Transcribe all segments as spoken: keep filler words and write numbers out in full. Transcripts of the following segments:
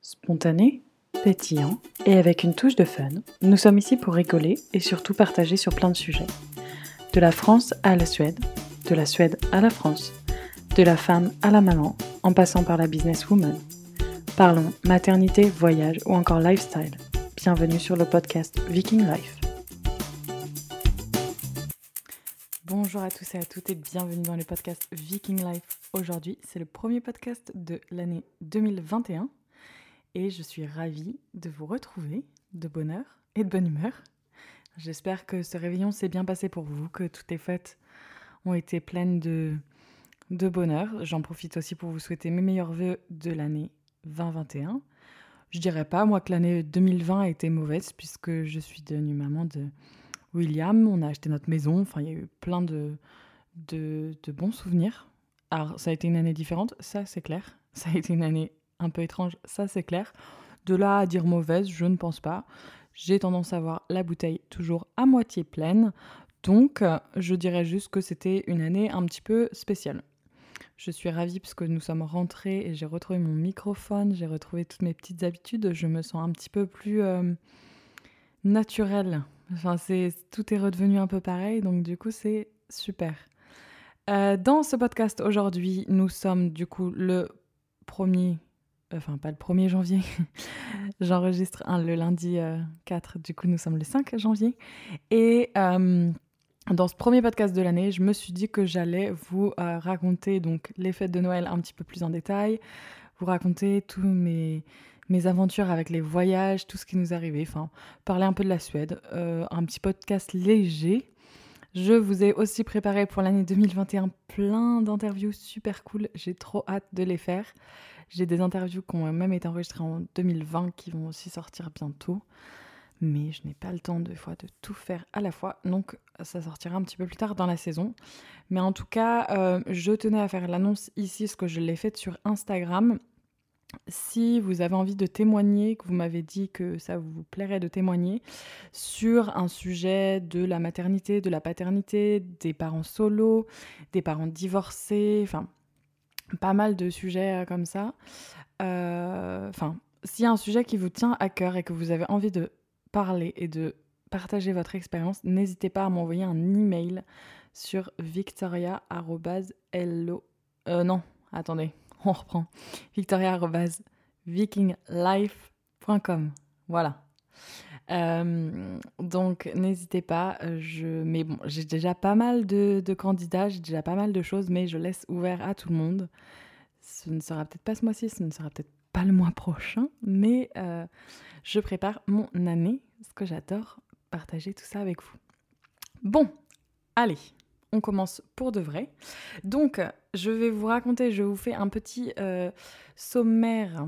Spontané, pétillant et avec une touche de fun, nous sommes ici pour rigoler et surtout partager sur plein de sujets. De la France à la Suède, de la Suède à la France, de la femme à la maman, en passant par la businesswoman. Parlons maternité, voyage ou encore lifestyle. Bienvenue sur le podcast Viking Life. Bonjour à tous et à toutes et bienvenue dans le podcast Viking Life. Aujourd'hui, c'est le premier podcast de l'année deux mille vingt et un et je suis ravie de vous retrouver de bonne heure et de bonne humeur. J'espère que ce réveillon s'est bien passé pour vous, que toutes les fêtes ont été pleines de, de bonheur. J'en profite aussi pour vous souhaiter mes meilleurs vœux de l'année vingt vingt et un. Je dirais pas, moi, que l'année deux mille vingt a été mauvaise puisque je suis devenue maman de William. On a acheté notre maison. Enfin, il y a eu plein de, de, de bons souvenirs. Alors, ça a été une année différente, ça, c'est clair. Ça a été une année un peu étrange, ça, c'est clair. De là à dire mauvaise, je ne pense pas. J'ai tendance à voir la bouteille toujours à moitié pleine. Donc, je dirais juste que c'était une année un petit peu spéciale. Je suis ravie parce que nous sommes rentrés et j'ai retrouvé mon microphone, j'ai retrouvé toutes mes petites habitudes. Je me sens un petit peu plus euh, naturelle. Enfin, c'est, tout est redevenu un peu pareil, donc du coup, c'est super. Euh, dans ce podcast aujourd'hui, nous sommes du coup le premier... Enfin, pas le premier janvier. J'enregistre un, le lundi euh, quatre, du coup, nous sommes le cinq janvier. Et... Euh, Dans ce premier podcast de l'année, je me suis dit que j'allais vous euh, raconter donc les fêtes de Noël un petit peu plus en détail, vous raconter tous mes, mes aventures avec les voyages, tout ce qui nous est arrivé, enfin, parler un peu de la Suède, euh, un petit podcast léger. Je vous ai aussi préparé pour l'année deux mille vingt et un plein d'interviews super cool, j'ai trop hâte de les faire. J'ai des interviews qui ont même été enregistrées en deux mille vingt qui vont aussi sortir bientôt. Mais je n'ai pas le temps des fois de tout faire à la fois, donc ça sortira un petit peu plus tard dans la saison. Mais en tout cas, euh, je tenais à faire l'annonce ici, parce que je l'ai faite sur Instagram. Si vous avez envie de témoigner, que vous m'avez dit que ça vous plairait de témoigner sur un sujet de la maternité, de la paternité, des parents solos, des parents divorcés, enfin, pas mal de sujets comme ça. Enfin, euh, s'il y a un sujet qui vous tient à cœur et que vous avez envie de parler et de partager votre expérience, n'hésitez pas à m'envoyer un email sur victoria arobase hello euh, non, attendez, on reprend. victoria arobase vikinglife point com. Voilà. Euh, donc n'hésitez pas, je... mais bon, j'ai déjà pas mal de, de candidats, j'ai déjà pas mal de choses, mais je laisse ouvert à tout le monde. Ce ne sera peut-être pas ce mois-ci, ce ne sera peut-être pas le mois prochain, mais euh, je prépare mon année, parce que j'adore partager tout ça avec vous. Bon, allez, on commence pour de vrai. Donc, je vais vous raconter, je vous fais un petit euh, sommaire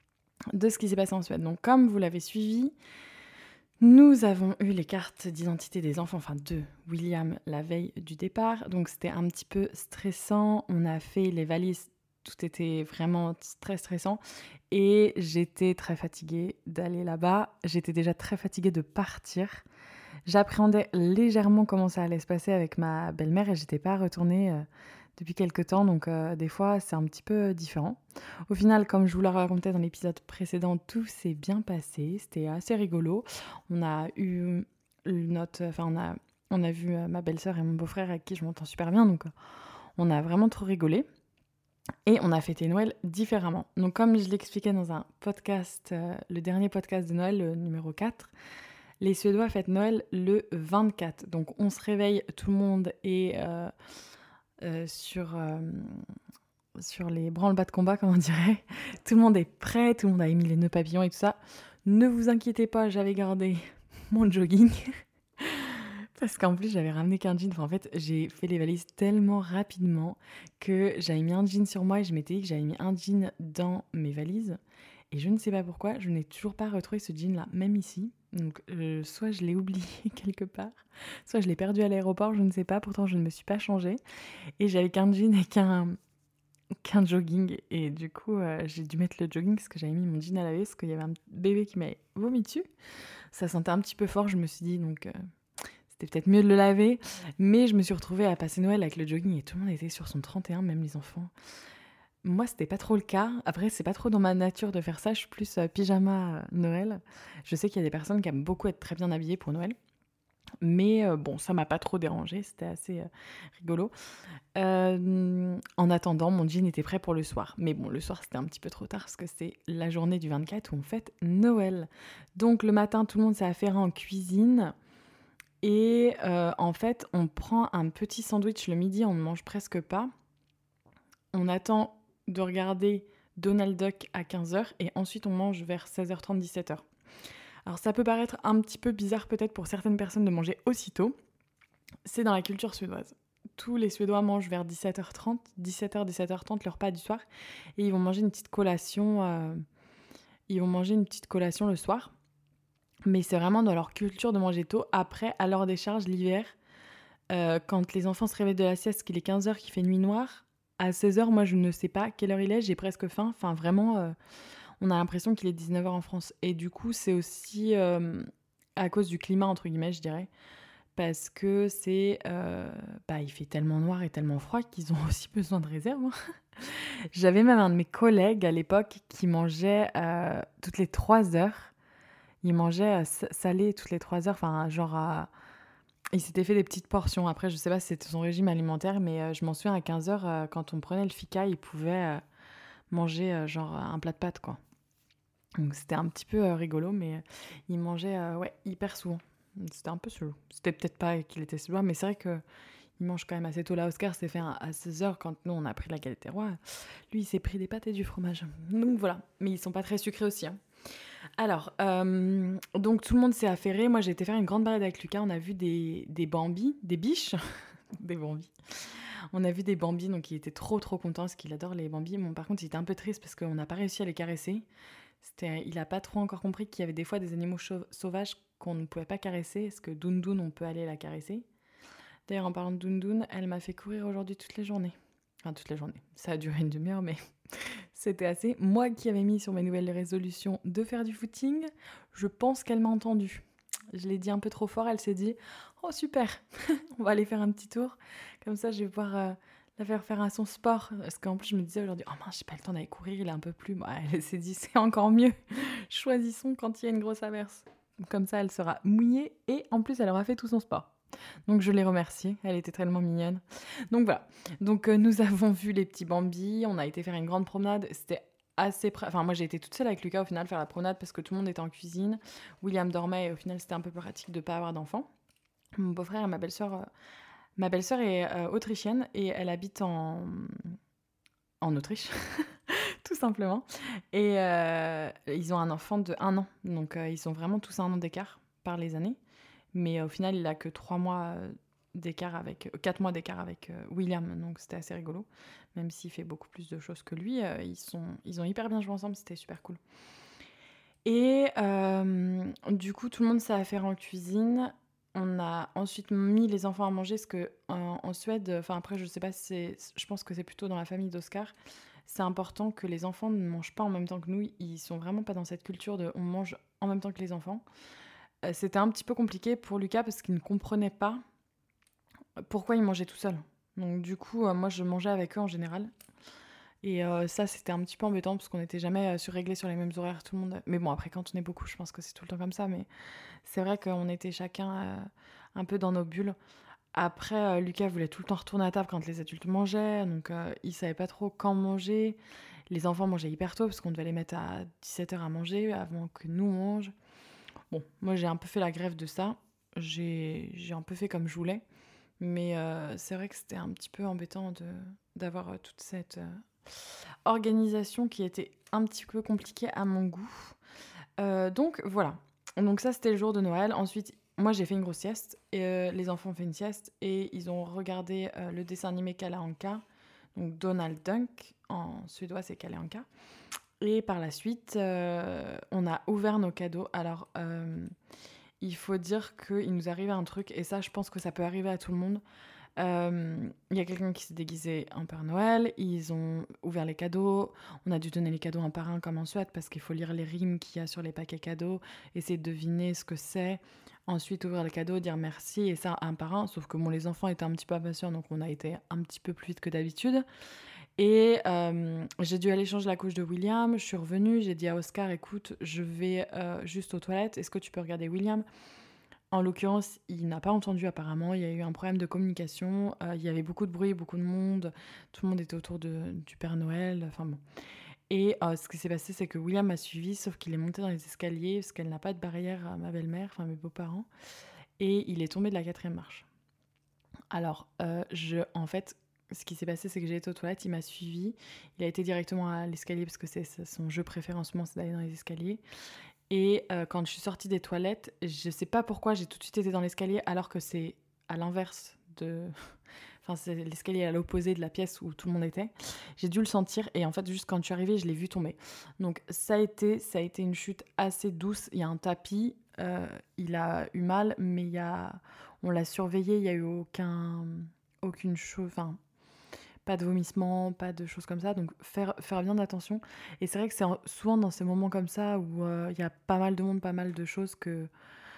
de ce qui s'est passé en Suède. Donc, comme vous l'avez suivi, nous avons eu les cartes d'identité des enfants, enfin de William, la veille du départ. Donc, c'était un petit peu stressant. On a fait les valises. Tout était vraiment très stressant et j'étais très fatiguée d'aller là-bas. J'étais déjà très fatiguée de partir. J'appréhendais légèrement comment ça allait se passer avec ma belle-mère et j'étais pas retournée euh, depuis quelques temps. Donc euh, des fois, c'est un petit peu différent. Au final, comme je vous l'ai raconté dans l'épisode précédent, tout s'est bien passé. C'était assez rigolo. On a eu notre... Enfin, on a, on a vu ma belle-sœur et mon beau-frère avec qui je m'entends super bien. Donc on a vraiment trop rigolé. Et on a fêté Noël différemment. Donc comme je l'expliquais dans un podcast, euh, le dernier podcast de Noël, le numéro quatre, les Suédois fêtent Noël le vingt-quatre. Donc on se réveille, tout le monde est euh, euh, sur, euh, sur les branle-bas de combat, comme on dirait. Tout le monde est prêt, tout le monde a mis les nœuds papillons et tout ça. Ne vous inquiétez pas, j'avais gardé mon jogging. Parce qu'en plus, j'avais ramené qu'un jean. Enfin, en fait, j'ai fait les valises tellement rapidement que j'avais mis un jean sur moi et je m'étais dit que j'avais mis un jean dans mes valises. Et je ne sais pas pourquoi, je n'ai toujours pas retrouvé ce jean-là, même ici. Donc, euh, soit je l'ai oublié quelque part, soit je l'ai perdu à l'aéroport, je ne sais pas. Pourtant, je ne me suis pas changée. Et j'avais qu'un jean et qu'un, qu'un jogging. Et du coup, euh, j'ai dû mettre le jogging parce que j'avais mis mon jean à laver parce qu'il y avait un bébé qui m'avait vomi dessus. Ça sentait un petit peu fort, je me suis dit, donc... Euh, C'était peut-être mieux de le laver, mais je me suis retrouvée à passer Noël avec le jogging et tout le monde était sur son trente et un, même les enfants. Moi, c'était pas trop le cas. Après, c'est pas trop dans ma nature de faire ça. Je suis plus euh, pyjama euh, Noël. Je sais qu'il y a des personnes qui aiment beaucoup être très bien habillées pour Noël. Mais euh, bon, ça m'a pas trop dérangé. C'était assez euh, rigolo. Euh, en attendant, mon jean était prêt pour le soir. Mais bon, le soir, c'était un petit peu trop tard parce que c'est la journée du vingt-quatre où on fête Noël. Donc le matin, tout le monde s'est affairé en cuisine. Et euh, en fait, on prend un petit sandwich le midi, on ne mange presque pas. On attend de regarder Donald Duck à quinze heures et ensuite on mange vers seize heures trente, dix-sept heures. Alors ça peut paraître un petit peu bizarre peut-être pour certaines personnes de manger aussitôt. C'est dans la culture suédoise. Tous les Suédois mangent vers dix-sept heures trente, dix-sept heures, dix-sept heures trente, leur repas du soir. Et ils vont manger une petite collation, euh, ils vont manger une petite collation le soir. Mais c'est vraiment dans leur culture de manger tôt. Après, à l'heure des charges, l'hiver, euh, quand les enfants se réveillent de la sieste, qu'il est quinze heures, qu'il fait nuit noire, à seize heures, moi je ne sais pas quelle heure il est, j'ai presque faim. Enfin vraiment, euh, on a l'impression qu'il est dix-neuf heures en France. Et du coup, c'est aussi euh, à cause du climat, entre guillemets, je dirais. Parce que c'est... euh, bah, il fait tellement noir et tellement froid qu'ils ont aussi besoin de réserve. Hein. J'avais même un de mes collègues à l'époque qui mangeait euh, toutes les trois heures. Il mangeait euh, salé toutes les trois heures, enfin genre à... Il s'était fait des petites portions. Après, je sais pas si c'était son régime alimentaire, mais euh, je m'en souviens à quinze heures, euh, quand on prenait le fika, il pouvait euh, manger euh, genre un plat de pâtes, quoi. Donc c'était un petit peu euh, rigolo, mais euh, il mangeait euh, ouais, hyper souvent. C'était un peu chelou. C'était peut-être pas qu'il était si loin, mais c'est vrai qu'il mange quand même assez tôt. Là, Oscar s'est fait un- à seize heures quand nous on a pris la galette des rois. Lui, il s'est pris des pâtes et du fromage. Donc voilà. Mais ils sont pas très sucrés aussi. Hein. Alors, euh, donc tout le monde s'est affairé. Moi, j'ai été faire une grande balade avec Lucas. On a vu des, des bambis, des biches, des bambis. On a vu des bambis, donc il était trop trop content parce qu'il adore les bambis. Bon, par contre, il était un peu triste parce qu'on n'a pas réussi à les caresser. C'était, il n'a pas trop encore compris qu'il y avait des fois des animaux chau- sauvages qu'on ne pouvait pas caresser. Est-ce que Dundoun, on peut aller la caresser? D'ailleurs, en parlant de Dundoun, elle m'a fait courir aujourd'hui toute les journées. Enfin, toute la journée. Ça a duré une demi-heure, mais c'était assez. Moi qui avais mis sur mes nouvelles résolutions de faire du footing, je pense qu'elle m'a entendu. Je l'ai dit un peu trop fort, elle s'est dit « Oh super, on va aller faire un petit tour. Comme ça, je vais pouvoir euh, la faire faire à son sport. » Parce qu'en plus, je me disais aujourd'hui « Oh mince, j'ai pas le temps d'aller courir, il est un peu plus... » Bah, elle s'est dit « C'est encore mieux. Choisissons quand il y a une grosse averse. » Comme ça, elle sera mouillée et en plus, elle aura fait tout son sport. Donc je l'ai remerciée, elle était tellement mignonne. Donc voilà, donc euh, nous avons vu les petits bambis, on a été faire une grande promenade, c'était assez... Près... Enfin moi j'ai été toute seule avec Lucas au final faire la promenade parce que tout le monde était en cuisine, William dormait et au final c'était un peu plus pratique de ne pas avoir d'enfants. Mon beau-frère et ma belle-sœur... euh, Ma belle-sœur est euh, autrichienne et elle habite en, en Autriche, tout simplement. Et euh, ils ont un enfant de un an, donc euh, ils sont vraiment tous à un an d'écart par les années. Mais au final, il a que trois mois d'écart avec, quatre mois d'écart avec euh, William, donc c'était assez rigolo. Même s'il fait beaucoup plus de choses que lui, euh, ils, sont, ils ont hyper bien joué ensemble, c'était super cool. Et euh, du coup, tout le monde s'est affairé en cuisine. On a ensuite mis les enfants à manger, parce que en, en Suède, enfin après, je sais pas si c'est, je pense que c'est plutôt dans la famille d'Oscar, c'est important que les enfants ne mangent pas en même temps que nous. Ils sont vraiment pas dans cette culture de on mange en même temps que les enfants. Euh, C'était un petit peu compliqué pour Lucas parce qu'il ne comprenait pas pourquoi il mangeait tout seul. Donc du coup, euh, moi je mangeais avec eux en général. Et euh, ça, c'était un petit peu embêtant parce qu'on n'était jamais euh, surréglés sur les mêmes horaires, tout le monde. Mais bon, après, quand on est beaucoup, je pense que c'est tout le temps comme ça. Mais c'est vrai qu'on était chacun euh, un peu dans nos bulles. Après, euh, Lucas voulait tout le temps retourner à table quand les adultes mangeaient. Donc euh, il savait pas trop quand manger. Les enfants mangeaient hyper tôt parce qu'on devait les mettre à dix-sept heures à manger avant que nous mangent. Bon, moi j'ai un peu fait la grève de ça. J'ai, j'ai un peu fait comme je voulais. Mais euh, c'est vrai que c'était un petit peu embêtant de, d'avoir euh, toute cette euh, organisation qui était un petit peu compliquée à mon goût. Euh, donc voilà. Donc ça c'était le jour de Noël. Ensuite, moi j'ai fait une grosse sieste. Et, euh, les enfants ont fait une sieste et ils ont regardé euh, le dessin animé Kalle Anka. Donc Donald Duck. En suédois c'est Kalle Anka. Et par la suite, euh, on a ouvert nos cadeaux. Alors, euh, il faut dire qu'il nous arrive un truc, et ça, je pense que ça peut arriver à tout le monde. Euh, Il y a quelqu'un qui s'est déguisé en Père Noël, ils ont ouvert les cadeaux, on a dû donner les cadeaux un par un comme en Suède, parce qu'il faut lire les rimes qu'il y a sur les paquets cadeaux, essayer de deviner ce que c'est, ensuite ouvrir les cadeaux, dire merci, et ça un par un, sauf que bon, les enfants étaient un petit peu impatients, donc on a été un petit peu plus vite que d'habitude. Et euh, j'ai dû aller changer la couche de William. Je suis revenue, j'ai dit à Oscar, écoute, je vais euh, juste aux toilettes, est-ce que tu peux regarder William ? En l'occurrence, il n'a pas entendu apparemment, il y a eu un problème de communication, euh, il y avait beaucoup de bruit, beaucoup de monde, tout le monde était autour de, du Père Noël, enfin bon. Et euh, ce qui s'est passé, c'est que William m'a suivi, sauf qu'il est monté dans les escaliers, parce qu'elle n'a pas de barrière à ma belle-mère, enfin mes beaux-parents, et il est tombé de la quatrième marche. Alors, euh, je, en fait, ce qui s'est passé, c'est que j'ai été aux toilettes, il m'a suivi, il a été directement à l'escalier, parce que c'est, c'est son jeu préféré en ce moment, c'est d'aller dans les escaliers. Et euh, quand je suis sortie des toilettes, je sais pas pourquoi j'ai tout de suite été dans l'escalier, alors que c'est à l'inverse de... Enfin, c'est l'escalier à l'opposé de la pièce où tout le monde était. J'ai dû le sentir et en fait, juste quand je suis arrivée, je l'ai vu tomber. Donc ça a été, ça a été une chute assez douce. Il y a un tapis, euh, il a eu mal, mais il y a... on l'a surveillé, il n'y a eu aucun... aucune chose... Enfin, pas de vomissements, pas de choses comme ça. Donc faire, faire bien attention. Et c'est vrai que c'est souvent dans ces moments comme ça où il euh, y a pas mal de monde, pas mal de choses que...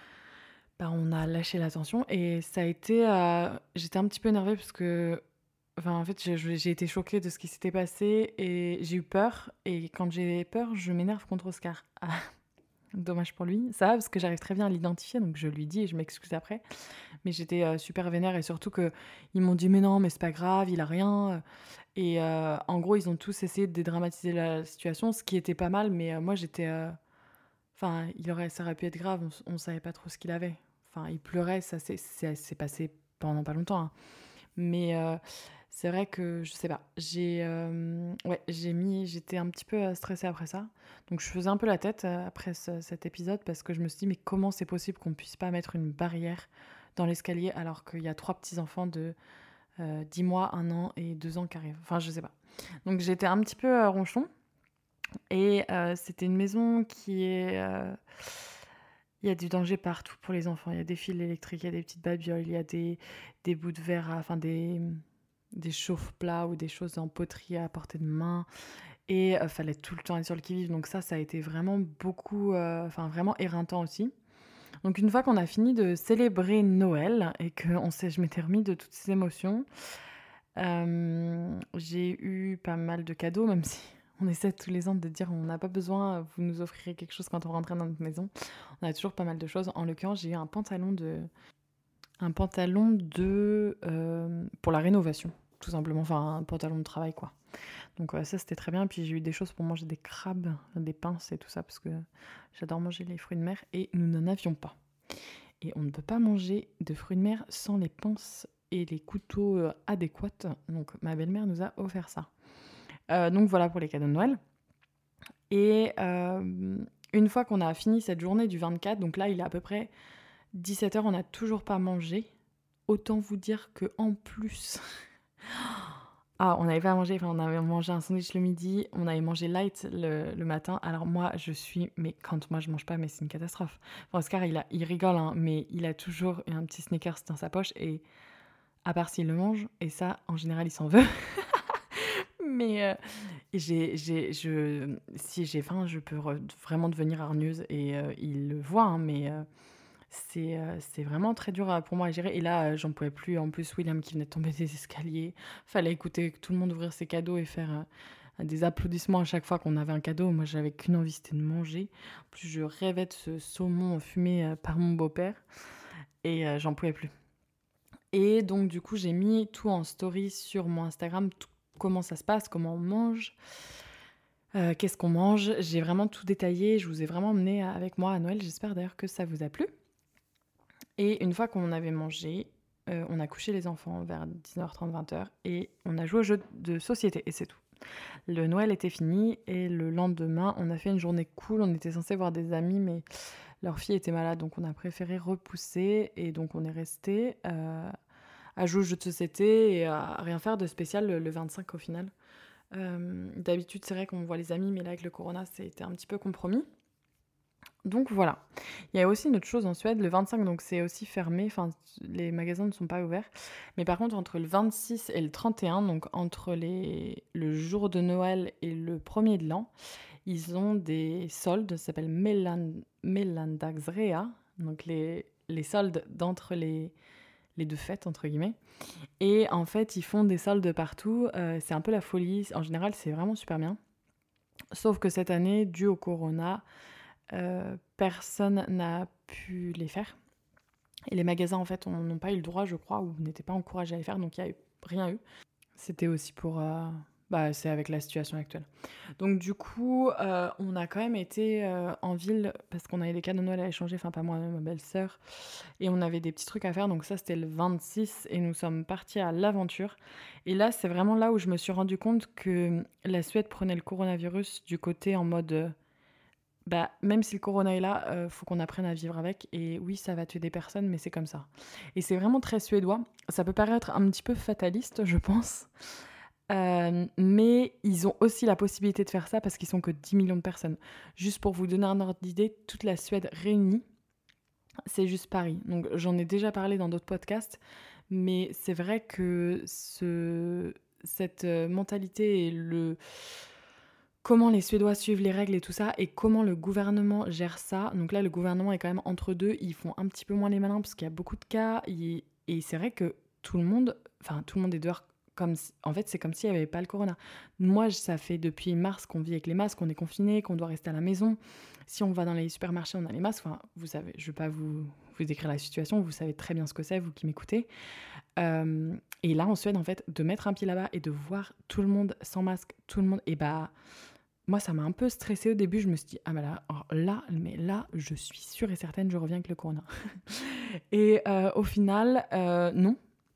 Bah, on a lâché l'attention et ça a été... Euh, j'étais un petit peu énervée parce que... Enfin, en fait, j'ai, j'ai été choquée de ce qui s'était passé et j'ai eu peur. Et quand j'ai peur, je m'énerve contre Oscar. Ah, dommage pour lui. Ça va parce que j'arrive très bien à l'identifier, donc je lui dis et je m'excuse après. Mais j'étais euh, super vénère et surtout qu'ils m'ont dit « Mais non, mais c'est pas grave, il a rien. » Et euh, en gros, ils ont tous essayé de dédramatiser la situation, ce qui était pas mal. Mais euh, moi, j'étais... euh, Enfin, il aurait, ça aurait pu être grave, on, on savait pas trop ce qu'il avait. Enfin, il pleurait, ça s'est, c'est, c'est passé pendant pas longtemps. Hein. Mais euh, c'est vrai que, je sais pas, j'ai, euh, ouais, j'ai mis, j'étais un petit peu stressée après ça. Donc je faisais un peu la tête euh, après ce, cet épisode parce que je me suis dit, mais comment c'est possible qu'on puisse pas mettre une barrière dans l'escalier alors qu'il y a trois petits-enfants de euh, dix mois, un an et deux ans qui arrivent. Enfin, je sais pas. Donc j'étais un petit peu euh, ronchon. Et euh, c'était une maison qui est... euh, Il y a du danger partout pour les enfants. Il y a des fils électriques, il y a des petites babioles, il y a des, des bouts de verre, à- enfin des, des chauffe-plats ou des choses en poterie à portée de main. Et il fallait tout le temps être sur le qui-vive. Donc ça, ça a été vraiment beaucoup... euh, Enfin, vraiment éreintant aussi. Donc une fois qu'on a fini de célébrer Noël et que on s'est, je m'étais remis de toutes ces émotions, euh, j'ai eu pas mal de cadeaux, même si on essaie tous les ans de dire on n'a pas besoin, vous nous offrirez quelque chose quand on rentre dans notre maison. On a toujours pas mal de choses. En l'occurrence, j'ai eu un pantalon de, un pantalon de euh, pour la rénovation, tout simplement. Enfin, un pantalon de travail, quoi. Donc ouais, ça, c'était très bien. Et puis j'ai eu des choses pour manger des crabes, des pinces et tout ça, parce que j'adore manger les fruits de mer et nous n'en avions pas. Et on ne peut pas manger de fruits de mer sans les pinces et les couteaux euh, adéquats. Donc ma belle-mère nous a offert ça. Euh, donc voilà pour les cadeaux de Noël. Et euh, une fois qu'on a fini cette journée du vingt-quatre, donc là il est à peu près dix-sept heures, on n'a toujours pas mangé. Autant vous dire qu'en plus... ah, on n'avait pas mangé, enfin on avait mangé un sandwich le midi, on avait mangé light le, le matin. Alors moi je suis... Mais quand moi je mange pas, mais c'est une catastrophe. Enfin, Oscar il, a, il rigole, hein, mais il a toujours un petit Snickers dans sa poche et à part s'il le mange, et ça en général il s'en veut. Mais euh, j'ai, j'ai, je, si j'ai faim, je peux re- vraiment devenir hargneuse et euh, il le voit, hein, mais euh, c'est, euh, c'est vraiment très dur à- pour moi à gérer. Et là, euh, j'en pouvais plus. En plus, William qui venait de tomber des escaliers. Fallait écouter tout le monde ouvrir ses cadeaux et faire euh, des applaudissements à chaque fois qu'on avait un cadeau. Moi, j'avais qu'une envie, c'était de manger. En plus, je rêvais de ce saumon fumé euh, par mon beau-père et euh, j'en pouvais plus. Et donc, du coup, j'ai mis tout en story sur mon Instagram, tout- comment ça se passe, comment on mange. Euh, qu'est-ce qu'on mange? J'ai vraiment tout détaillé, je vous ai vraiment emmené avec moi à Noël, j'espère d'ailleurs que ça vous a plu. Et une fois qu'on avait mangé, euh, on a couché les enfants vers dix-neuf heures trente, vingt heures et on a joué au jeu de société et c'est tout. Le Noël était fini et le lendemain, on a fait une journée cool, on était censé voir des amis mais leur fille était malade donc on a préféré repousser et donc on est resté euh, à jouer au jeu de société et à rien faire de spécial le, le vingt-cinq au final. Euh, d'habitude, c'est vrai qu'on voit les amis, mais là, avec le corona, c'était un petit peu compromis. Donc voilà. Il y a aussi une autre chose en Suède, le vingt-cinq, donc c'est aussi fermé, enfin, les magasins ne sont pas ouverts. Mais par contre, entre le vingt-six et le trente et un, donc entre les... le jour de Noël et le premier de l'an, ils ont des soldes, ça s'appelle Mellan... Mellandagsrea, donc les... les soldes d'entre les... les deux fêtes, entre guillemets. Et en fait, ils font des soldes partout. Euh, c'est un peu la folie. En général, c'est vraiment super bien. Sauf que cette année, dû au corona, euh, personne n'a pu les faire. Et les magasins, en fait, n'ont pas eu le droit, je crois, ou n'étaient pas encouragés à les faire, donc il n'y a eu, rien eu. C'était aussi pour... Euh, bah, c'est avec la situation actuelle. Donc du coup, euh, on a quand même été euh, en ville, parce qu'on avait des cadeaux de Noël à échanger, enfin pas moi, mais ma belle-sœur, et on avait des petits trucs à faire, donc ça c'était le vingt-six, et nous sommes partis à l'aventure. Et là, c'est vraiment là où je me suis rendu compte que la Suède prenait le coronavirus du côté en mode... Euh, bah, même si le corona est là, euh, faut qu'on apprenne à vivre avec. Et oui, ça va tuer des personnes, mais c'est comme ça. Et c'est vraiment très suédois. Ça peut paraître un petit peu fataliste, je pense. Euh, mais ils ont aussi la possibilité de faire ça parce qu'ils sont que dix millions de personnes. Juste pour vous donner un ordre d'idée, toute la Suède réunie, c'est juste Paris. Donc j'en ai déjà parlé dans d'autres podcasts, mais c'est vrai que ce, cette mentalité et le... comment les Suédois suivent les règles et tout ça, et comment le gouvernement gère ça. Donc là, le gouvernement est quand même entre deux, ils font un petit peu moins les malins parce qu'il y a beaucoup de cas, et, et c'est vrai que tout le monde, enfin tout le monde est dehors, comme si- en fait c'est comme s'il n'y avait pas le corona. Moi, ça fait depuis mars qu'on vit avec les masques, qu'on est confiné, qu'on doit rester à la maison. Si on va dans les supermarchés, on a les masques, enfin vous savez, je ne vais pas vous, vous décrire la situation, vous savez très bien ce que c'est, vous qui m'écoutez. Euh, et là en Suède, en fait, de mettre un pied là-bas et de voir tout le monde sans masque, tout le monde, et bah... Moi, ça m'a un peu stressée au début. Je me suis dit, ah, mais là, oh, là, mais là, je suis sûre et certaine, je reviens avec le corona. Et euh, au final, euh, non.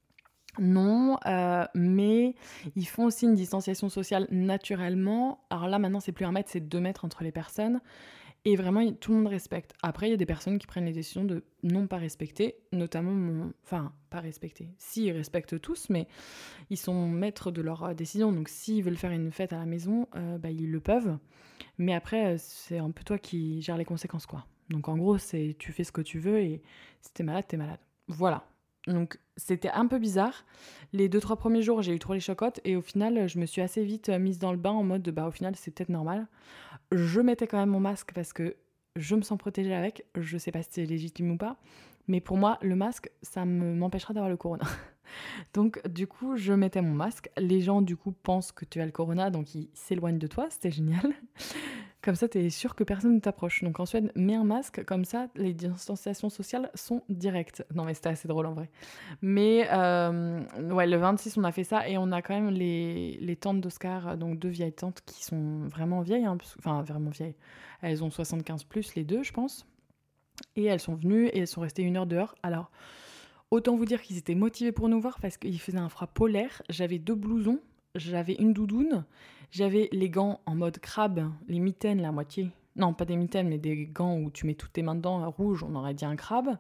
Non, euh, mais ils font aussi une distanciation sociale naturellement. Alors là, maintenant, c'est plus un mètre, c'est deux mètres entre les personnes. Et vraiment, tout le monde respecte. Après, il y a des personnes qui prennent les décisions de non pas respecter, notamment mon... Enfin, pas respecter. Si, ils respectent tous, mais ils sont maîtres de leurs décisions. Donc, s'ils veulent faire une fête à la maison, euh, bah, ils le peuvent. Mais après, c'est un peu toi qui gères les conséquences, quoi. Donc, en gros, c'est tu fais ce que tu veux et si t'es malade, t'es malade. Voilà. Donc, c'était un peu bizarre. Les deux, trois premiers jours, j'ai eu trop les chocottes et au final, je me suis assez vite mise dans le bain en mode, bah, au final, c'est peut-être normal. Je mettais quand même mon masque parce que je me sens protégée avec. Je sais pas si c'est légitime ou pas. Mais pour moi, le masque, ça me, m'empêchera d'avoir le corona. Donc, du coup, je mettais mon masque. Les gens, du coup, pensent que tu as le corona, donc ils s'éloignent de toi. C'était génial. Comme ça, t'es sûr que personne ne t'approche. Donc en Suède, mets un masque, comme ça, les distanciations sociales sont directes. Non mais c'était assez drôle en vrai. Mais euh, ouais, le vingt-six, on a fait ça et on a quand même les, les tantes d'Oscar, donc deux vieilles tantes qui sont vraiment vieilles, hein, parce- enfin vraiment vieilles. Elles ont soixante-quinze plus, les deux, je pense. Et elles sont venues et elles sont restées une heure dehors. Alors, autant vous dire qu'ils étaient motivés pour nous voir parce qu'il faisait un froid polaire. J'avais deux blousons, j'avais une doudoune, j'avais les gants en mode crabe, les mitaines, la moitié. Non, pas des mitaines, mais des gants où tu mets toutes tes mains dedans, rouge, on aurait dit un crabe.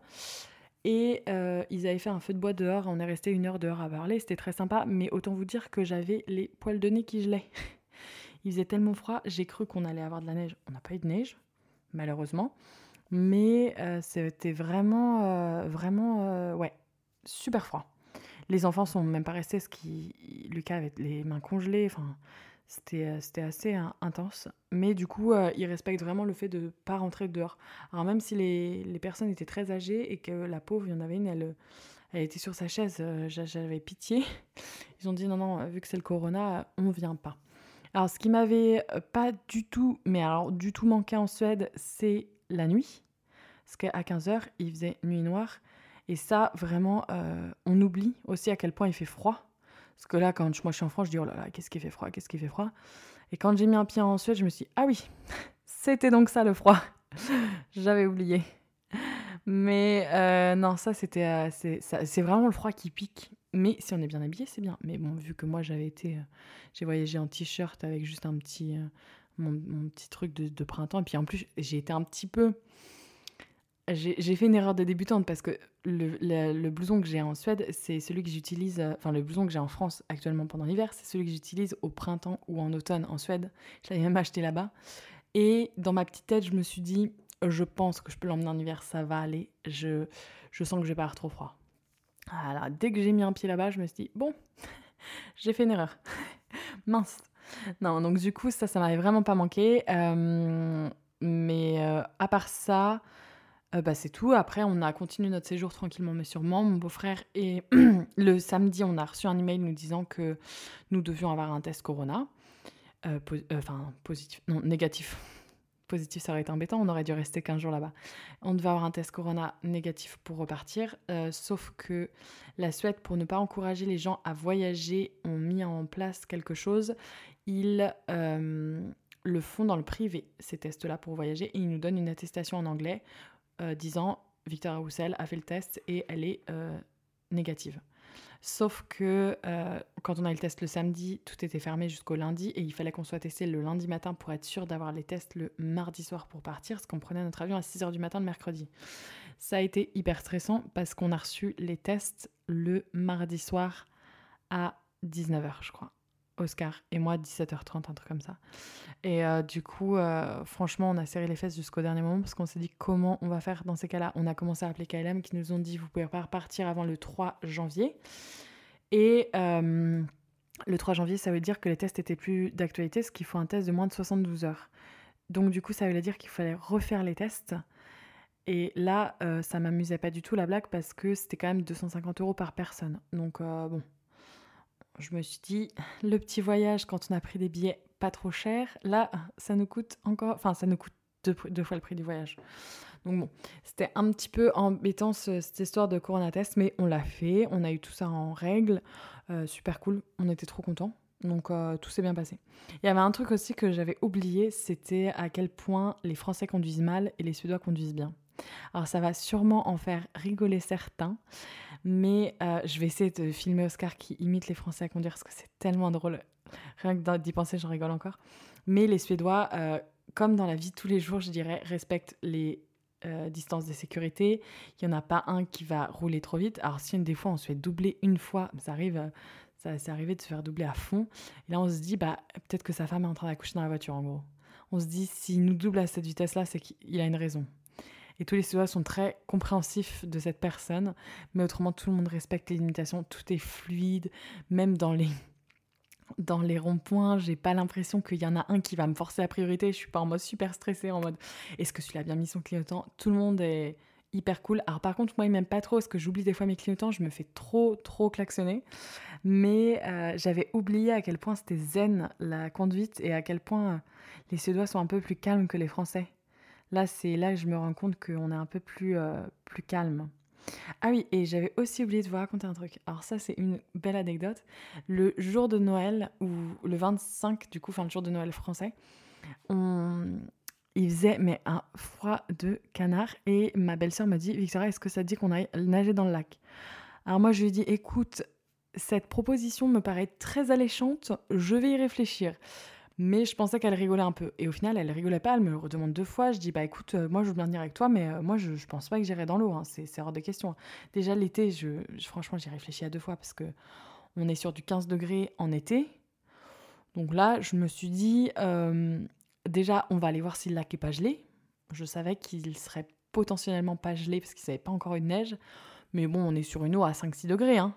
Et euh, ils avaient fait un feu de bois dehors, on est resté une heure dehors à parler, c'était très sympa, mais autant vous dire que j'avais les poils de nez qui gelaient. Il faisait tellement froid, j'ai cru qu'on allait avoir de la neige. On n'a pas eu de neige, malheureusement. Mais euh, c'était vraiment, euh, vraiment, euh, ouais, super froid. Les enfants sont même pas restés, parce que Lucas avait les mains congelées, enfin, c'était, euh, c'était assez hein, intense. Mais du coup, euh, ils respectent vraiment le fait de ne pas rentrer dehors. Alors même si les, les personnes étaient très âgées et que la pauvre, il y en avait une, elle, elle était sur sa chaise, euh, j'avais pitié. Ils ont dit non, non, vu que c'est le corona, on vient pas. Alors ce qui m'avait euh, pas du tout, mais alors du tout manqué en Suède, c'est la nuit. Parce qu'à quinze heures, il faisait nuit noire. Et ça, vraiment, euh, on oublie aussi à quel point il fait froid. Parce que là, quand je, moi je suis en France, je dis oh là là, qu'est-ce qu'il fait froid, qu'est-ce qu'il fait froid. Et quand j'ai mis un pied en Suède, je me suis dit ah oui, c'était donc ça le froid. J'avais oublié. Mais euh, non, ça c'était, euh, c'est, ça, c'est vraiment le froid qui pique. Mais si on est bien habillé, c'est bien. Mais bon, vu que moi j'avais été, euh, j'ai voyagé en t-shirt avec juste un petit, euh, mon, mon petit truc de, de printemps. Et puis en plus, j'ai été un petit peu j'ai, j'ai fait une erreur de débutante parce que le, le, le blouson que j'ai en Suède, c'est celui que j'utilise, euh, enfin le blouson que j'ai en France actuellement pendant l'hiver, c'est celui que j'utilise au printemps ou en automne en Suède. Je l'avais même acheté là-bas. Et dans ma petite tête, je me suis dit, je pense que je peux l'emmener en hiver, ça va aller. Je, je sens que je vais pas avoir trop froid. Alors, dès que j'ai mis un pied là-bas, je me suis dit, bon, j'ai fait une erreur. Mince. Non, donc du coup, ça, ça m'avait vraiment pas manqué. Euh, mais euh, à part ça... Euh, bah, c'est tout. Après, on a continué notre séjour tranquillement mais sûrement, mon beau-frère. Et le samedi, on a reçu un email nous disant que nous devions avoir un test Corona. Euh, po- euh, Enfin, positif. Non, négatif. Positif, ça aurait été embêtant. On aurait dû rester quinze jours là-bas. On devait avoir un test Corona négatif pour repartir. Euh, sauf que la Suède, pour ne pas encourager les gens à voyager, ont mis en place quelque chose. Ils euh, le font dans le privé, ces tests-là, pour voyager. Et ils nous donnent une attestation en anglais euh, disant Victoria Roussel a fait le test et elle est euh, négative. Sauf que euh, quand on a eu le test le samedi, tout était fermé jusqu'au lundi et il fallait qu'on soit testé le lundi matin pour être sûr d'avoir les tests le mardi soir pour partir, parce qu'on prenait notre avion à six heures du matin le mercredi. Ça a été hyper stressant parce qu'on a reçu les tests le mardi soir à dix-neuf heures, je crois. Oscar et moi, dix-sept heures trente, un truc comme ça. Et euh, du coup, euh, franchement, on a serré les fesses jusqu'au dernier moment parce qu'on s'est dit comment on va faire dans ces cas-là. On a commencé à appeler K L M qui nous ont dit vous pouvez pas repartir avant le trois janvier. Et euh, le trois janvier, ça veut dire que les tests étaient plus d'actualité, ce qu'il faut un test de moins de soixante-douze heures. Donc du coup, ça voulait dire qu'il fallait refaire les tests. Et là, euh, ça m'amusait pas du tout la blague parce que c'était quand même deux cent cinquante euros par personne. Donc euh, bon, je me suis dit, le petit voyage, quand on a pris des billets pas trop chers, là, ça nous coûte encore... Enfin, ça nous coûte deux, deux fois le prix du voyage. Donc bon, c'était un petit peu embêtant ce, cette histoire de Corona test, mais on l'a fait, on a eu tout ça en règle, euh, super cool, on était trop contents, donc euh, tout s'est bien passé. Il y avait un truc aussi que j'avais oublié, c'était à quel point les Français conduisent mal et les Suédois conduisent bien. Alors ça va sûrement en faire rigoler certains, mais euh, je vais essayer de filmer Oscar qui imite les Français à conduire parce que c'est tellement drôle. Rien que d'y penser, j'en rigole encore. Mais les Suédois, euh, comme dans la vie de tous les jours, je dirais, respectent les euh, distances de sécurité. Il n'y en a pas un qui va rouler trop vite. Alors si une des fois on se fait doubler une fois, ça arrive, euh, ça c'est arrivé de se faire doubler à fond. Et là on se dit, bah peut-être que sa femme est en train d'accoucher dans la voiture en gros. On se dit, s'il nous double à cette vitesse-là, c'est qu'il a une raison. Et tous les Suédois sont très compréhensifs de cette personne, mais autrement tout le monde respecte les limitations, tout est fluide, même dans les, dans les ronds-points, j'ai pas l'impression qu'il y en a un qui va me forcer la priorité, je suis pas en mode super stressée, en mode est-ce que celui-là a bien mis son clignotant, tout le monde est hyper cool. Alors par contre moi il m'aime pas trop parce que j'oublie des fois mes clignotants, je me fais trop trop klaxonner, mais euh, j'avais oublié à quel point c'était zen la conduite et à quel point euh, les Suédois sont un peu plus calmes que les Français. Là, c'est là que je me rends compte qu'on est un peu plus, euh, plus calme. Ah oui, et j'avais aussi oublié de vous raconter un truc. Alors ça, c'est une belle anecdote. Le jour de Noël, ou le vingt-cinq, du coup, enfin le jour de Noël français, on... il faisait mais un froid de canard. Et ma belle-sœur m'a dit, Victoria, est-ce que ça te dit qu'on aille nager dans le lac? Alors moi, je lui ai dit, écoute, cette proposition me paraît très alléchante, je vais y réfléchir. Mais je pensais qu'elle rigolait un peu. Et au final, elle rigolait pas, elle me le redemande deux fois. Je dis, bah écoute, euh, moi je veux bien venir avec toi, mais euh, moi je, je pense pas que j'irai dans l'eau, hein. c'est, c'est hors de question. Déjà l'été, je, je- franchement, j'y réfléchi à deux fois parce que on est sur du quinze degrés en été. Donc là, je me suis dit, euh, déjà, on va aller voir si le lac est pas gelé. Je savais qu'il serait potentiellement pas gelé parce qu'il n'y avait pas encore eu de neige. Mais bon, on est sur une eau à cinq six degrés, hein.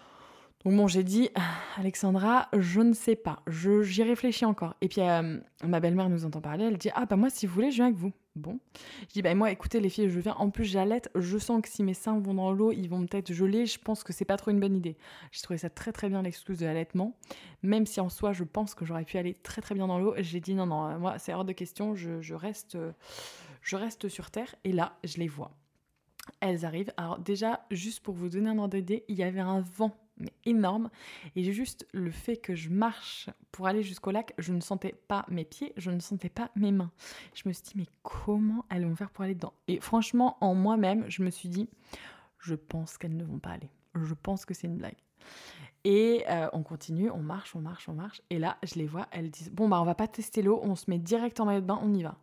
Donc bon, j'ai dit, Alexandra, je ne sais pas, je, j'y réfléchis encore. Et puis euh, ma belle-mère nous entend parler, elle dit, ah bah moi si vous voulez, je viens avec vous. Bon, je dis, bah moi écoutez les filles, je viens, en plus j'allaite, je sens que si mes seins vont dans l'eau, ils vont peut-être geler, je pense que c'est pas trop une bonne idée. J'ai trouvé ça très très bien l'excuse de l'allaitement, même si en soi je pense que j'aurais pu aller très très bien dans l'eau, j'ai dit non non, euh, moi c'est hors de question, je, je, reste, euh, je reste sur terre, et là je les vois. Elles arrivent. Alors déjà, juste pour vous donner un ordre d'idée, il y avait un vent mais énorme. Et juste le fait que je marche pour aller jusqu'au lac, je ne sentais pas mes pieds, je ne sentais pas mes mains. Je me suis dit, mais comment elles vont faire pour aller dedans? Et franchement, en moi-même, je me suis dit, je pense qu'elles ne vont pas aller. Je pense que c'est une blague. Et euh, on continue, on marche, on marche, on marche. Et là, je les vois, elles disent, bon, bah on va pas tester l'eau, on se met direct en maillot de bain, on y va.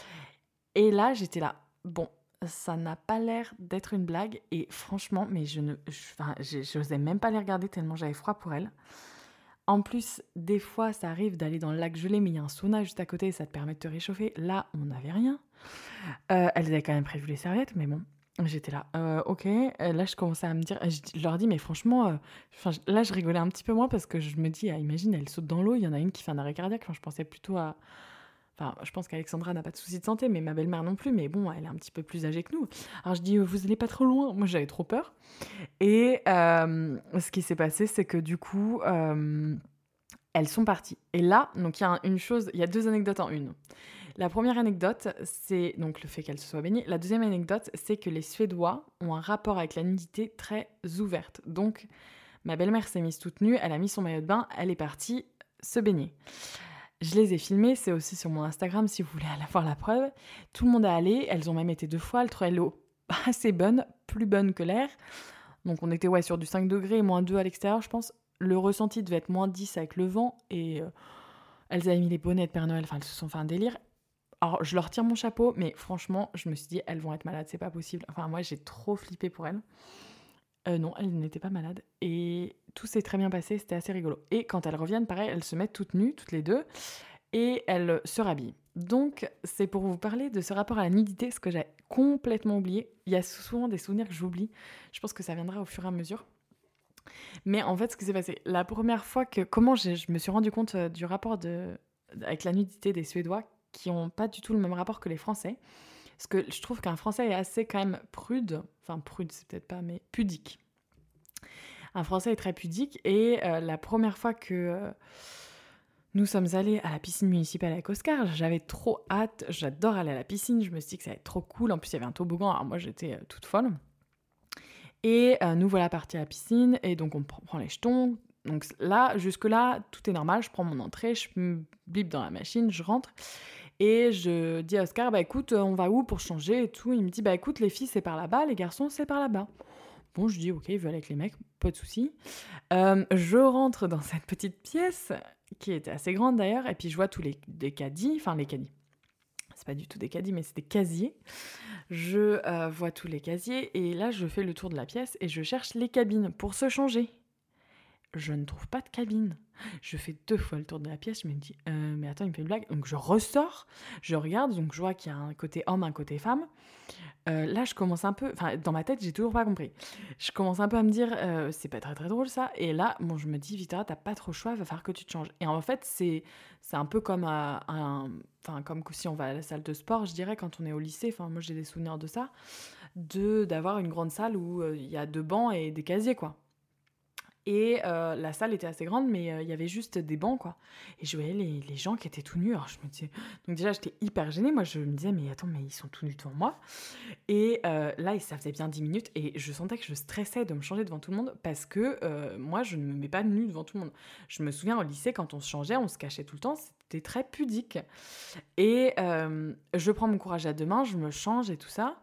Et là, j'étais là, bon, ça n'a pas l'air d'être une blague. Et franchement, mais je ne, enfin, je n'osais même pas les regarder tellement j'avais froid pour elles. En plus, des fois, ça arrive d'aller dans le lac gelé, mais il y a un sauna juste à côté, ça te permet de te réchauffer. Là, on n'avait rien. Euh, elles avaient quand même prévu les serviettes, mais bon, j'étais là, euh, ok. Euh, Là, je commençais à me dire, je, je leur dis, mais franchement, euh, enfin, je- là, je rigolais un petit peu moins parce que je me dis, ah, imagine, elles sautent dans l'eau, il y en a une qui fait un arrêt cardiaque. Enfin, je pensais plutôt à Enfin, je pense qu'Alexandra n'a pas de soucis de santé, mais ma belle-mère non plus. Mais bon, elle est un petit peu plus âgée que nous. Alors je dis, euh, vous allez pas trop loin. Moi, j'avais trop peur. Et euh, ce qui s'est passé, c'est que du coup, euh, elles sont parties. Et là, donc il y a une chose, il y a deux anecdotes en une. La première anecdote, c'est donc le fait qu'elles se soient baignées. La deuxième anecdote, c'est que les Suédois ont un rapport avec la nudité très ouverte. Donc, ma belle-mère s'est mise toute nue, elle a mis son maillot de bain, elle est partie se baigner. Je les ai filmées, c'est aussi sur mon Instagram si vous voulez aller voir la preuve. Tout le monde est allé, elles ont même été deux fois, elles trouvaient l'eau assez bonne, plus bonne que l'air. Donc on était ouais, sur du cinq degrés, moins deux à l'extérieur, je pense. Le ressenti devait être moins dix avec le vent et euh, elles avaient mis les bonnets de Père Noël, enfin elles se sont fait un délire. Alors je leur tire mon chapeau, mais franchement, je me suis dit, elles vont être malades, c'est pas possible. Enfin moi j'ai trop flippé pour elles. Euh, non, elles n'étaient pas malades. Et tout s'est très bien passé, c'était assez rigolo. Et quand elles reviennent, pareil, elles se mettent toutes nues, toutes les deux, et elles se rhabillent. Donc, c'est pour vous parler de ce rapport à la nudité, ce que j'ai complètement oublié. Il y a souvent des souvenirs que j'oublie. Je pense que ça viendra au fur et à mesure. Mais en fait, ce qui s'est passé, la première fois que... Comment je me suis rendu compte euh, du rapport de, avec la nudité des Suédois, qui n'ont pas du tout le même rapport que les Français. Parce que je trouve qu'un Français est assez quand même prude. Enfin, prude, c'est peut-être pas, mais pudique. Un Français est très pudique. Et euh, la première fois que... Euh, Nous sommes allés à la piscine municipale avec Oscar, j'avais trop hâte, j'adore aller à la piscine, je me suis dit que ça allait être trop cool, en plus il y avait un toboggan, alors moi j'étais euh, toute folle. Et euh, nous voilà partis à la piscine, et donc on prend les jetons, donc là, jusque-là, tout est normal, je prends mon entrée, je me bip dans la machine, je rentre, et je dis à Oscar, bah écoute, on va où pour changer et tout, il me dit, bah écoute, les filles c'est par là-bas, les garçons c'est par là-bas. Bon, je dis, ok, il veut aller avec les mecs, pas de souci. Euh, je rentre dans cette petite pièce, qui était assez grande d'ailleurs, et puis je vois tous les, les caddies, enfin les caddies, c'est pas du tout des caddies, mais c'est des casiers. Je euh, vois tous les casiers, et là je fais le tour de la pièce, et je cherche les cabines pour se changer. Je ne trouve pas de cabine. Je fais deux fois le tour de la pièce, je me dis, euh, mais attends, il me fait une blague. Donc je ressors, je regarde, donc je vois qu'il y a un côté homme, un côté femme. Euh, là, je commence un peu... Enfin, dans ma tête, j'ai toujours pas compris. Je commence un peu à me dire, euh, c'est pas très très drôle ça. Et là, bon, je me dis, Victoria, t'as pas trop le choix, il va falloir que tu te changes. Et en fait, c'est, c'est un peu comme un... un enfin, comme si on va à la salle de sport, je dirais, quand on est au lycée. Enfin, moi, j'ai des souvenirs de ça. De, d'avoir une grande salle où il euh, y a deux bancs et des casiers, quoi. Et euh, la salle était assez grande, mais il euh, y avait juste des bancs, quoi. Et je voyais les, les gens qui étaient tout nus. Alors je me disais... Donc déjà, j'étais hyper gênée. Moi, je me disais, mais attends, mais ils sont tout nus devant moi. Et euh, là, ça faisait bien dix minutes. Et je sentais que je stressais de me changer devant tout le monde. Parce que euh, moi, je ne me mets pas nue devant tout le monde. Je me souviens, au lycée, quand on se changeait, on se cachait tout le temps. C'était très pudique. Et euh, je prends mon courage à deux mains, je me change et tout ça.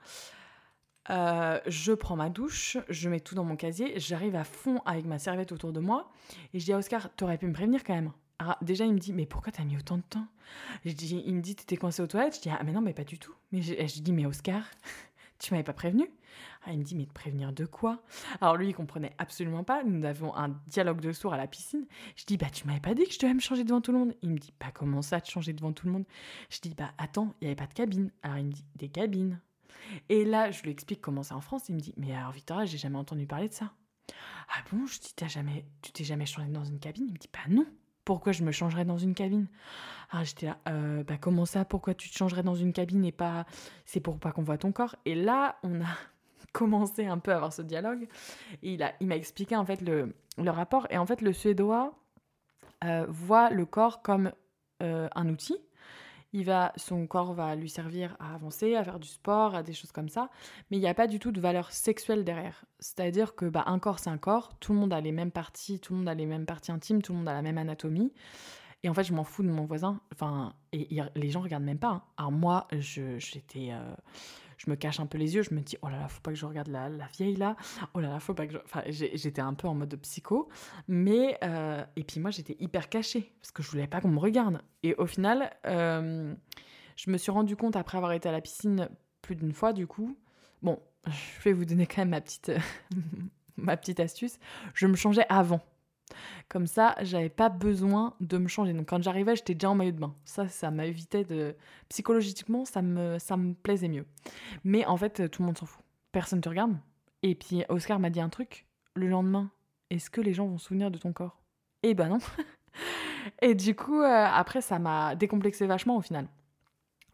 Euh, je prends ma douche, je mets tout dans mon casier, j'arrive à fond avec ma serviette autour de moi et je dis à Oscar, t'aurais pu me prévenir quand même. Alors, déjà, il me dit, mais pourquoi t'as mis autant de temps? je dis, Il me dit, t'étais coincé aux toilettes? Je dis, ah mais non, mais pas du tout. Mais je, je dis, mais Oscar, tu m'avais pas prévenu? Ah, il me dit, mais de prévenir de quoi? Alors lui, il comprenait absolument pas. Nous avons un dialogue de sourds à la piscine. Je dis, bah tu m'avais pas dit que je devais me changer devant tout le monde? Il me dit, bah comment ça, te changer devant tout le monde? Je dis, bah attends, il y avait pas de cabine. Alors il me dit, des cabines. Et là, je lui explique comment c'est en France. Il me dit, mais alors Victoria, j'ai jamais entendu parler de ça. Ah bon? Je dis, t'as jamais, tu t'es jamais changé dans une cabine? Il me dit, bah non. Pourquoi je me changerais dans une cabine? Alors j'étais là, euh, bah comment ça? Pourquoi tu te changerais dans une cabine et pas... C'est pour pas qu'on voit ton corps. Et là, on a commencé un peu à avoir ce dialogue. Et il, a, il m'a expliqué en fait le, le rapport. Et en fait, le Suédois euh, voit le corps comme euh, un outil. Il va, son corps va lui servir à avancer, à faire du sport, à des choses comme ça, mais il n'y a pas du tout de valeur sexuelle derrière. C'est-à-dire que bah, un corps, c'est un corps, tout le monde a les mêmes parties, tout le monde a les mêmes parties intimes, tout le monde a la même anatomie. Et en fait, je m'en fous de mon voisin. Enfin, et, et les gens regardent même pas. Hein. Alors moi, je, j'étais, euh, je me cache un peu les yeux. Je me dis, oh là là, faut pas que je regarde la, la vieille là. Oh là là, faut pas que je... Enfin, j'ai, j'étais un peu en mode psycho. Mais euh, et puis moi, j'étais hyper cachée parce que je voulais pas qu'on me regarde. Et au final, euh, je me suis rendu compte après avoir été à la piscine plus d'une fois, du coup. Bon, je vais vous donner quand même ma petite, ma petite astuce. Je me changeais avant. Comme ça, j'avais pas besoin de me changer. Donc quand j'arrivais, j'étais déjà en maillot de bain. Ça, ça m'évitait de... Psychologiquement, ça me, ça me plaisait mieux. Mais en fait, tout le monde s'en fout. Personne te regarde. Et puis, Oscar m'a dit un truc. Le lendemain, est-ce que les gens vont se souvenir de ton corps? Eh ben non. Et du coup, euh, après, ça m'a décomplexé vachement au final.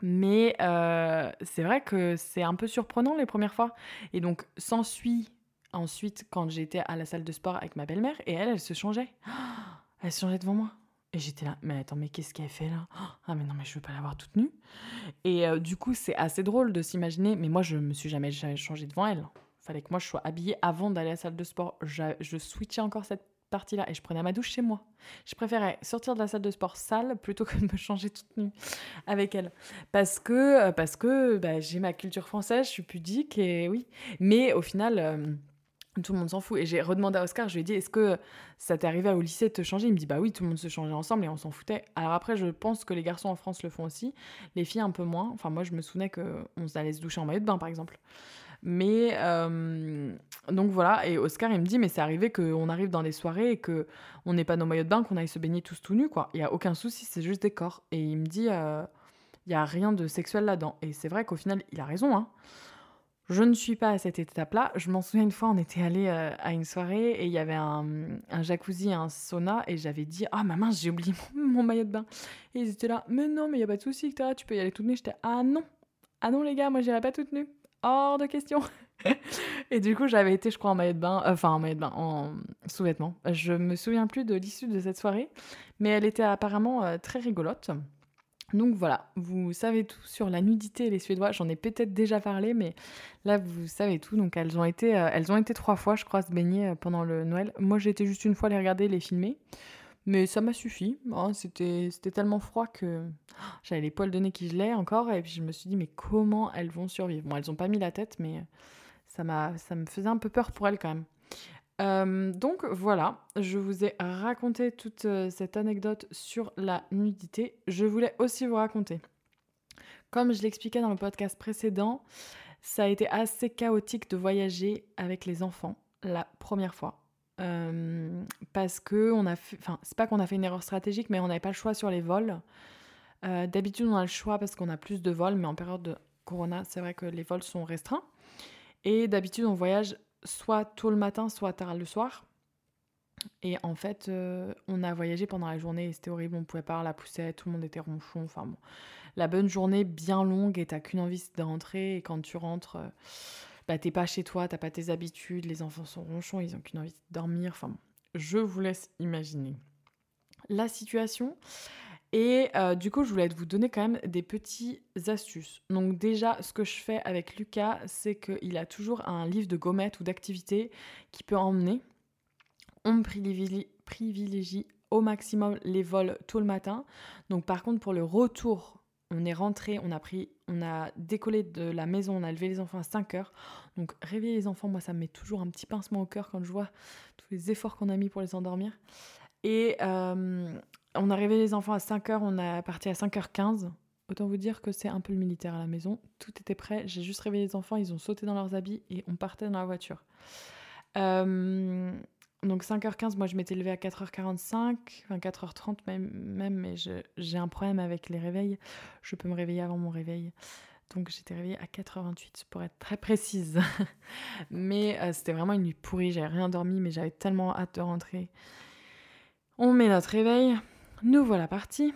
Mais heu, c'est vrai que c'est un peu surprenant les premières fois et donc s'ensuit ensuite quand j'étais à la salle de sport avec ma belle-mère et elle, elle se changeait. Elle se changeait devant moi et j'étais là: «Mais attends, mais qu'est-ce qu'elle fait là? Ah mais non, mais je veux pas la voir toute nue» et heu, du coup, c'est assez drôle de s'imaginer mais moi, je me suis jamais jamais changée devant elle. Fallait que moi, je sois habillée avant d'aller à la salle de sport. Ja je switchais encore cette partie-là et je prenais ma douche chez moi. Je préférais sortir de la salle de sport sale plutôt que de me changer toute nue avec elle. Parce que, heu, parce que, bah, j'ai ma culture française, je suis pudique et oui. Mais au final, hem, tout le monde s'en fout et j'ai redemandé à Oscar, je lui ai dit: «Est-ce que ça t'est arrivé au lycée de te changer?» Il me dit: «Bah oui, tout le monde se changeait ensemble et on s'en foutait». Alors après, je pense que les garçons en France le font aussi, les filles un peu moins. Enfin moi, je me souvenais qu'on allait se doucher en maillot de bain, par exemple. Mais hem, donc voilà et Oscar, il me dit: «Mais c'est arrivé qu'on arrive dans des soirées et qu'on n'ait pas nos maillots de bain, qu'on aille se baigner tous tout nus, quoi. Il y a aucun souci, c'est juste des corps» et il me dit, heu: «Il y a rien de sexuel là-dedans» et c'est vrai qu'au final, il a raison, hein. Je ne suis pas à cette étape-là. Je m'en souviens une fois, on était allés, heu, à une soirée et il y avait un, mmh, un jacuzzi, un sauna et j'avais dit: «Ah ma mince, j'ai oublié mon mon maillot de bain» et ils étaient là: «Mais non, mais il y a pas de souci, Clara, tu peux y aller toute nue». J'étais: «Ah non, ah non les gars, moi j'irai pas toute nue, hors de question». Et du coup, j'avais été, je crois, en maillot de bain, euh, enfin en maillot de bain, en sous-vêtements. Je me souviens plus de l'issue de cette soirée, mais elle était apparemment, heu, très rigolote. Donc voilà, vous savez tout sur la nudité et les Suédois. J'en ai peut-être déjà parlé, mais là, vous savez tout. Donc elles ont été, heu, elles ont été trois fois, je crois, se baigner, heu, pendant le Noël. Moi, j'ai été juste une fois les regarder, les filmer, mais ça m'a suffi, hein. C'était c'était tellement froid que j'avais les poils de nez qui gelaient encore et puis je me suis dit: «Mais comment elles vont survivre?» Bon, elles ont pas mis la tête, mais ça m'a ça me faisait un peu peur pour elles quand même. Hem, donc voilà, je vous ai raconté toute, heu, cette anecdote sur la nudité. Je voulais aussi vous raconter, comme je l'expliquais dans le podcast précédent, ça a été assez chaotique de voyager avec les enfants la première fois. Hem, parce qu'on a fait enfin, c'est pas qu'on a fait une erreur stratégique, mais on n'avait pas le choix sur les vols. Heu, d'habitude, on a le choix parce qu'on a plus de vols, mais en période de corona, c'est vrai que les vols sont restreints et d'habitude, on voyage soit tôt le matin, soit tard le soir. Et en fait, heu, on a voyagé pendant la journée et c'était horrible, on pouvait pas avoir la poussette, tout le monde était ronchon, enfin bon. La bonne journée bien longue et tu qu'une envie, c'est de rentrer et quand tu rentres, heu, bah, tu pas chez toi, t'as pas tes habitudes, les enfants sont ronchons, ils ont qu'une envie, de dormir, enfin bon. Je vous laisse imaginer la situation et heu, du coup, je voulais vous donner quand même des petits astuces. Donc déjà, ce que je fais avec Lucas, c'est qu'il a toujours un livre de gommettes ou d'activités qu'il peut emmener. On privilégie, privilégie au maximum les vols tôt le matin. Donc par contre pour le retour, on est rentré, on a pris, on a décollé de la maison, on a levé les enfants à cinq heures. Donc réveiller les enfants, moi ça me met toujours un petit pincement au cœur quand je vois tous les efforts qu'on a mis pour les endormir. Et euh, on a réveillé les enfants à cinq heures, on a parti à cinq heures quinze. Autant vous dire que c'est un peu le militaire à la maison. Tout était prêt, j'ai juste réveillé les enfants, ils ont sauté dans leurs habits et on partait dans la voiture. Euh, donc cinq heures quinze, moi je m'étais levée à quatre heures quarante-cinq, enfin quatre heures trente même, même mais je, j'ai un problème avec les réveils. Je peux me réveiller avant mon réveil. Donc j'étais réveillée à quatre heures vingt-huit pour être très précise. mais euh, c'était vraiment une nuit pourrie, j'avais rien dormi, mais j'avais tellement hâte de rentrer. On met notre réveil, nous voilà partis.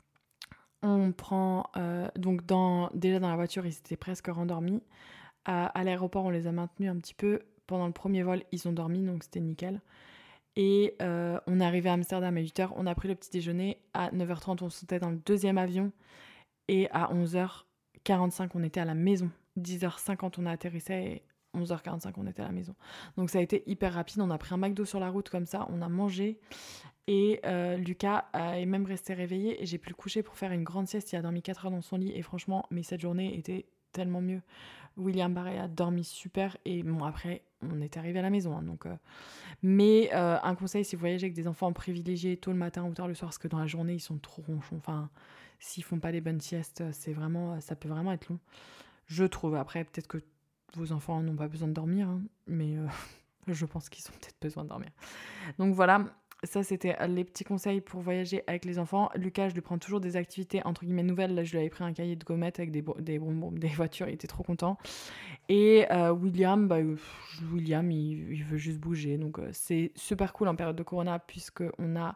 On prend, euh, donc dans, déjà dans la voiture, ils étaient presque rendormis. À, à l'aéroport, on les a maintenus un petit peu. Pendant le premier vol, ils ont dormi, donc c'était nickel. Et euh, on est arrivé à Amsterdam à huit heures, on a pris le petit déjeuner, à neuf heures trente on sautait dans le deuxième avion et à onze heures quarante-cinq on était à la maison. dix heures cinquante on a atterrissé et onze heures quarante-cinq on était à la maison. Donc ça a été hyper rapide, on a pris un McDo sur la route comme ça, on a mangé et euh, Lucas est même resté réveillé et j'ai pu le coucher pour faire une grande sieste, il a dormi quatre heures dans son lit et franchement, mais cette journée était tellement mieux. William Barré a dormi super et bon après on est arrivé à la maison hein, donc euh, mais euh, un conseil, si vous voyagez avec des enfants privilégiés tôt le matin ou tard le soir, parce que dans la journée, ils sont trop ronchons. Enfin, s'ils font pas des bonnes siestes, c'est vraiment, ça peut vraiment être long. Je trouve. Après, peut-être que vos enfants n'ont pas besoin de dormir, hein, mais euh, je pense qu'ils ont peut-être besoin de dormir. Donc voilà, ça c'était les petits conseils pour voyager avec les enfants. Lucas, je lui prends toujours des activités entre guillemets nouvelles. Là, je lui avais pris un cahier de gommettes avec des, des bonbons, des voitures, il était trop content. Et euh, William, bah, pff, William, il, il veut juste bouger. Donc euh, c'est super cool en période de Corona puisqu'on a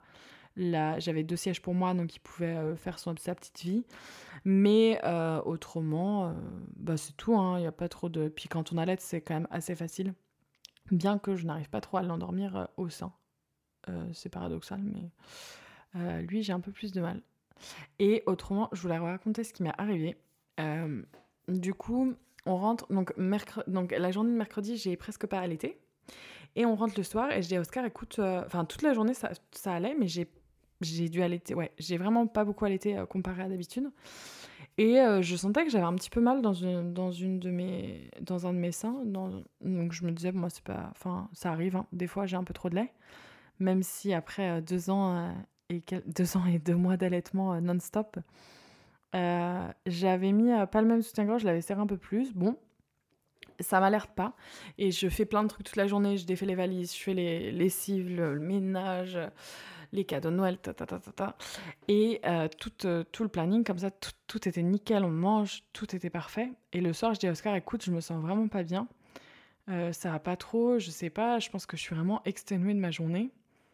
Là, j'avais deux sièges pour moi, donc il pouvait euh, faire son, sa petite vie. Mais euh, autrement, euh, bah, c'est tout. Il n'y a pas trop de... Puis quand on allait, c'est quand même assez facile. Bien que je n'arrive pas trop à l'endormir euh, au sein. Euh, c'est paradoxal, mais euh, lui, j'ai un peu plus de mal. Et autrement, je voulais raconter ce qui m'est arrivé. Euh, du coup, on rentre... Donc, mercre... donc la journée de mercredi, j'ai presque pas allaité. Et on rentre le soir et je dis à Oscar, écoute... Enfin, euh, toute la journée, ça, ça allait, mais j'ai J'ai dû allaiter, ouais, j'ai vraiment pas beaucoup allaité euh, comparé à d'habitude. Et euh, je sentais que j'avais un petit peu mal dans, une, dans, une de mes, dans un de mes seins. Dans, donc je me disais, bon, moi, c'est pas. Enfin, ça arrive, hein. Des fois, j'ai un peu trop de lait. Même si après euh, deux, ans, euh, et quel, deux ans et deux mois d'allaitement euh, non-stop, euh, j'avais mis euh, pas le même soutien-gorge, je l'avais serré un peu plus. Bon, ça m'alerte pas. Et je fais plein de trucs toute la journée. Je défais les valises, je fais les lessives, le, le ménage, les cadeaux de Noël, ta ta ta ta ta. Et euh, tout, euh, tout le planning, comme ça, tout, tout était nickel, on mange, tout était parfait. Et le soir, je dis à Oscar, écoute, je me sens vraiment pas bien. Euh, ça va pas trop, je sais pas, je pense que je suis vraiment exténuée de ma journée.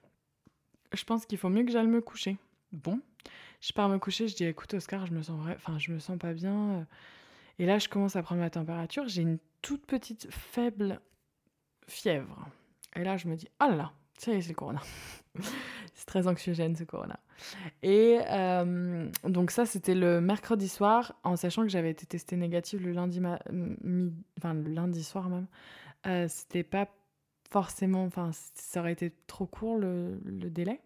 Je pense qu'il faut mieux que j'aille me coucher. Bon, je pars me coucher, je dis, écoute, Oscar, je me sens, vrai... enfin, je me sens pas bien. Et là, je commence à prendre ma température. J'ai une toute petite, faible fièvre. Et là, je me dis, oh là là, ça y est, c'est le corona. C'est très anxiogène, ce corona. Et euh, donc ça, c'était le mercredi soir, en sachant que j'avais été testée négative le lundi, ma- mi- enfin, le lundi soir même. Euh, c'était pas forcément... Enfin, ça aurait été trop court, le, le délai.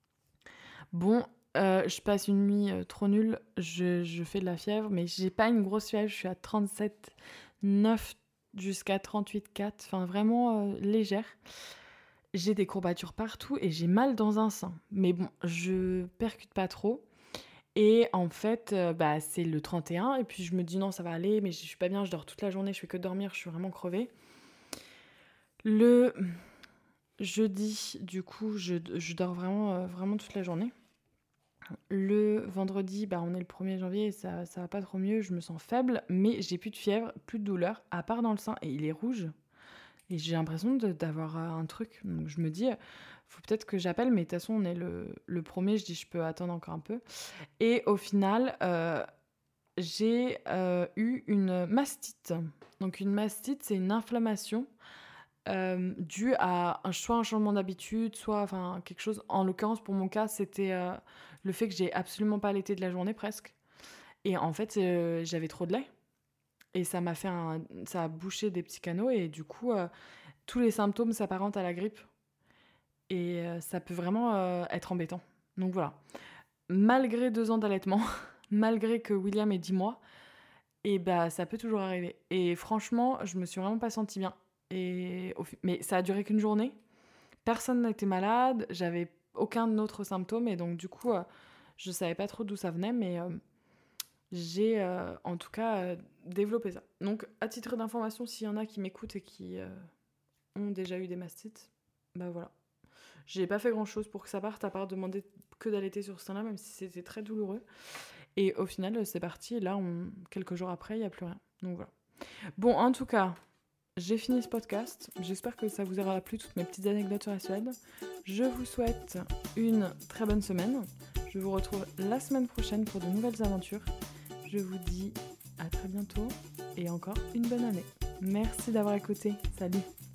Bon, euh, je passe une nuit euh, trop nulle, je, je fais de la fièvre, mais j'ai pas une grosse fièvre, je suis à trente-sept neuf jusqu'à trente-huit quatre, enfin vraiment euh, légère. J'ai des courbatures partout et j'ai mal dans un sein. Mais bon, je percute pas trop. Et en fait, euh, bah, c'est le trente et un. Et puis je me dis non, ça va aller, mais je suis pas bien, je dors toute la journée, je fais que dormir, je suis vraiment crevée. Le jeudi, du coup, je, je dors vraiment, euh, vraiment toute la journée. Le vendredi, bah, on est le premier janvier et ça, ça va pas trop mieux, je me sens faible, mais j'ai plus de fièvre, plus de douleur, à part dans le sein, et il est rouge. Et j'ai l'impression de, d'avoir un truc. Donc je me dis, faut peut-être que j'appelle, mais de toute façon, on est le, le premier, je dis, je peux attendre encore un peu. Et au final, euh, j'ai euh, eu une mastite. Donc une mastite, c'est une inflammation euh, due à un, soit un changement d'habitude, soit enfin, quelque chose. En l'occurrence, pour mon cas, c'était euh, le fait que j'ai absolument pas allaité de la journée presque. Et en fait, euh, j'avais trop de lait. Et ça m'a fait un... ça a bouché des petits canaux et du coup, euh, tous les symptômes s'apparentent à la grippe. Et euh, ça peut vraiment euh, être embêtant. Donc voilà. Malgré deux ans d'allaitement, malgré que William ait dix mois, et bah ça peut toujours arriver. Et franchement, je me suis vraiment pas sentie bien. Et au fi- Mais ça a duré qu'une journée. Personne n'était malade, j'avais aucun autre symptôme et donc du coup, euh, je savais pas trop d'où ça venait, mais euh, j'ai euh, en tout cas euh, développé ça. Donc à titre d'information, s'il y en a qui m'écoutent et qui euh, ont déjà eu des mastites, bah voilà. J'ai pas fait grand chose pour que ça parte, à part demander que d'allaiter sur ce sein-là, même si c'était très douloureux. Et au final, c'est parti. Et là, on... quelques jours après, il n'y a plus rien. Donc voilà. Bon, en tout cas, j'ai fini ce podcast. J'espère que ça vous aura plu, toutes mes petites anecdotes sur la Suède. Je vous souhaite une très bonne semaine. Je vous retrouve la semaine prochaine pour de nouvelles aventures. Je vous dis à très bientôt et encore une bonne année. Merci d'avoir écouté. Salut!